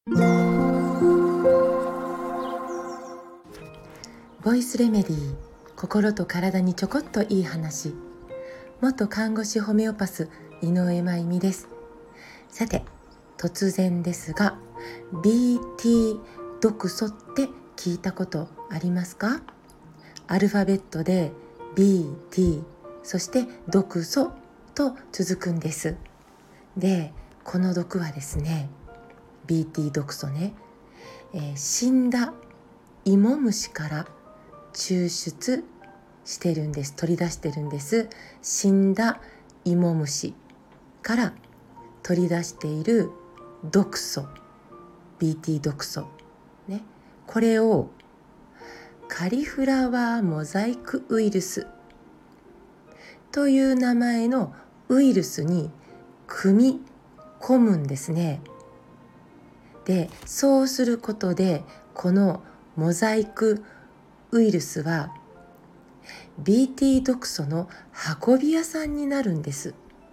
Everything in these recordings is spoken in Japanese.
ボイスレメディー、心と体にちょこっといい話。元看護師ホメオパス井上真由美です。さて、突然ですが BT 毒素って聞いたことありますか？アルファベットで BT、 そして毒素と続くんです。で、この毒はですね、 BT 毒素ね、死んだ芋虫から抽出してるんです。取り出してるんです。死んだ芋虫から取り出している毒素、 BT 毒素ね、これをカリフラワーモザイクウイルスという名前のウイルスに組み込むんですね。で、そうすることでこのモザイクウイルスは BT 毒素の運び屋さんになるんです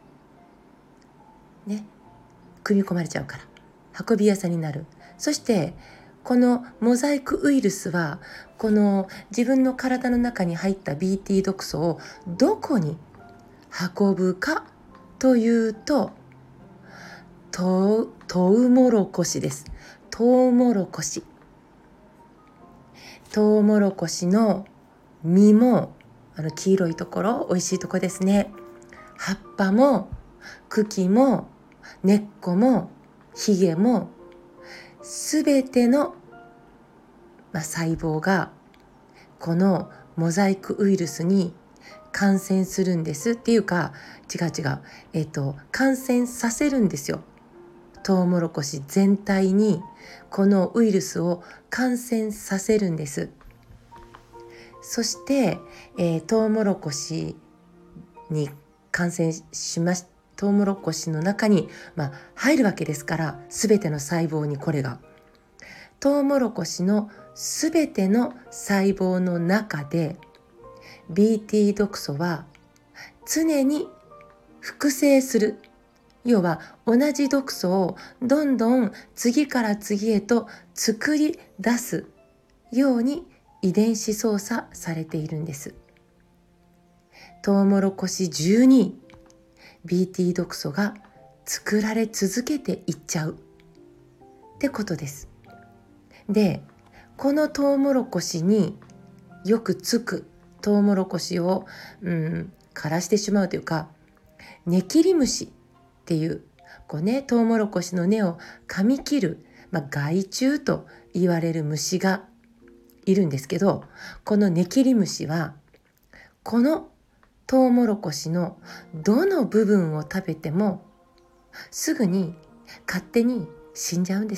ね。組み込まれちゃうから運び屋さんになる。そしてこのモザイクウイルスはこの自分の体の中に入った BT 毒素をどこに運ぶかというと、トウモロコシです。トウモロコシの実も、黄色いところ、美味しいところですね。葉っぱも茎も根っこもひげもすべての、細胞がこのモザイクウイルスに感染するんです。っていうか違う、感染させるんですよ。トウモロコシ全体にこのウイルスを感染させるんです。そして、トウモロコシに感染しましトウモロコシの中に、入るわけですから、すべての細胞にこれがトウモロコシのすべての細胞の中で BT 毒素は常に複製する。要は同じ毒素をどんどん次から次へと作り出すように遺伝子操作されているんです。トウモロコシ中に BT 毒素が作られ続けていっちゃうってことです。で、このトウモロコシによくつくトウモロコシを、枯らしてしまうというか、ネキリムシっていうトウモロコシの根を噛み切る、害虫と言われる虫がいるんですけど、このネキリムシはこのトウモロコシのどの部分を食べてもすぐに勝手に死んじゃうんです。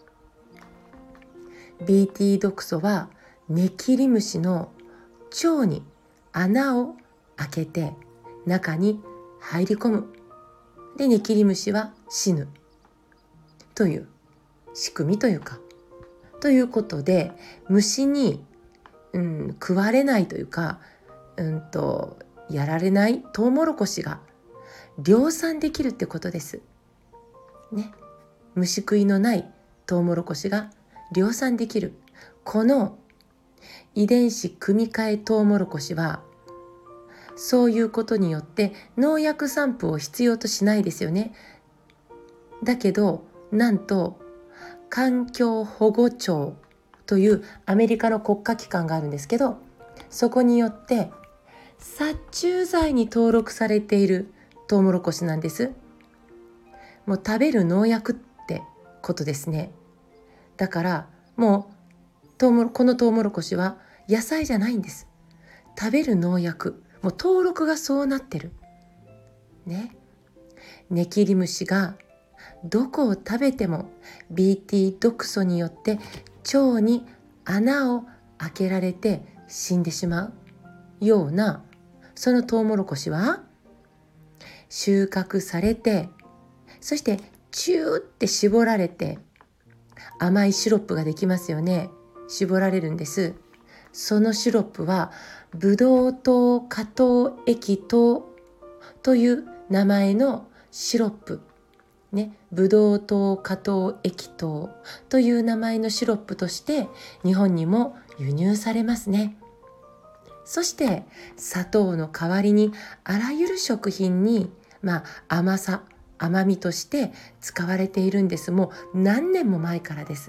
BT 毒素はネキリムシの腸に穴を開けて中に入り込む。で、ネキリムシは死ぬという仕組みということで、虫に、食われないというか、やられないトウモロコシが量産できるってことですね。虫食いのないトウモロコシが量産できる。この遺伝子組み換えトウモロコシはそういうことによって農薬散布を必要としないですよね。だけどなんと環境保護庁というアメリカの国家機関があるんですけど、そこによって殺虫剤に登録されているトウモロコシなんです。もう食べる農薬ってことですね。だからもうこのトウモロコシは野菜じゃないんです。食べる農薬、もう登録がそうなってるね。ネキリムシがどこを食べても BT 毒素によって腸に穴を開けられて死んでしまうような、そのトウモロコシは収穫されて、そしてチューって絞られて甘いシロップができますよね。絞られるんです。そのシロップはブドウ糖果糖液糖という名前のシロップブドウ糖果糖液糖という名前のシロップとして日本にも輸入されますね。そして砂糖の代わりにあらゆる食品に、甘さ甘みとして使われているんです。もう何年も前からです。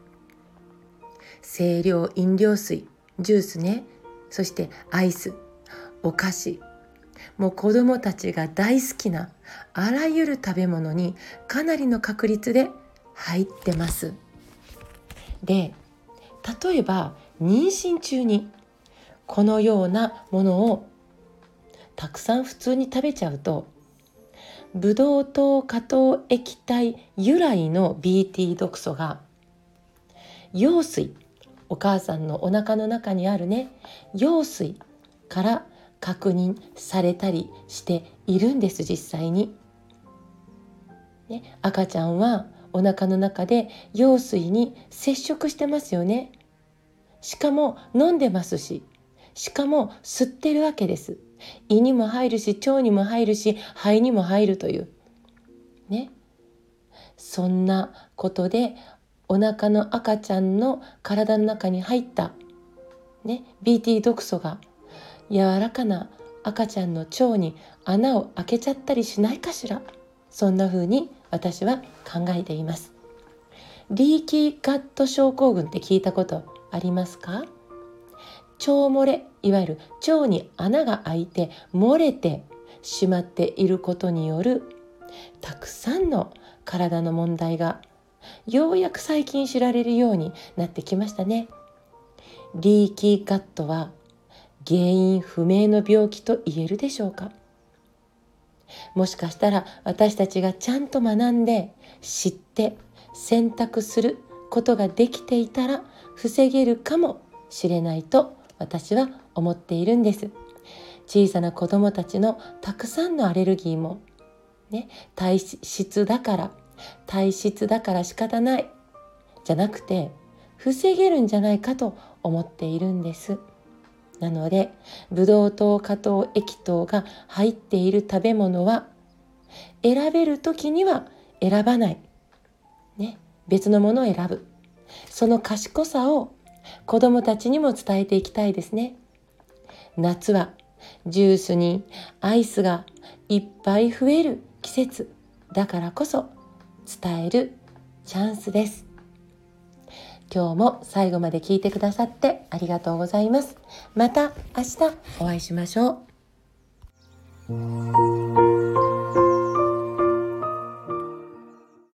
清涼飲料水、ジュースね、そしてアイス、お菓子、もう子どもたちが大好きなあらゆる食べ物にかなりの確率で入ってます。で、例えば妊娠中にこのようなものをたくさん普通に食べちゃうと、ブドウ糖果糖液体由来の BT 毒素が羊水、お母さんのお腹の中にある羊水から確認されたりしているんです。実際に、赤ちゃんはお腹の中で羊水に接触してますよね。しかも飲んでますし、しかも吸ってるわけです。胃にも入るし、腸にも入るし、肺にも入るというそんなことでお腹の赤ちゃんの体の中に入ったBT 毒素が柔らかな赤ちゃんの腸に穴を開けちゃったりしないかしら。そんな風に私は考えています。リーキーガット症候群って聞いたことありますか？腸漏れ、いわゆる腸に穴が開いて漏れてしまっていることによるたくさんの体の問題がようやく最近知られるようになってきましたね。リーキーガットは原因不明の病気と言えるでしょうか？もしかしたら私たちがちゃんと学んで知って選択することができていたら防げるかもしれないと私は思っているんです。小さな子どもたちのたくさんのアレルギーも体質だから仕方ないじゃなくて防げるんじゃないかと思っているんです。なのでブドウ糖果糖液糖が入っている食べ物は選べる時には選ばない、別のものを選ぶ、その賢さを子どもたちにも伝えていきたいですね。夏はジュースにアイスがいっぱい増える季節だからこそ伝えるチャンスです。今日も最後まで聞いてくださってありがとうございます。また明日お会いしましょう。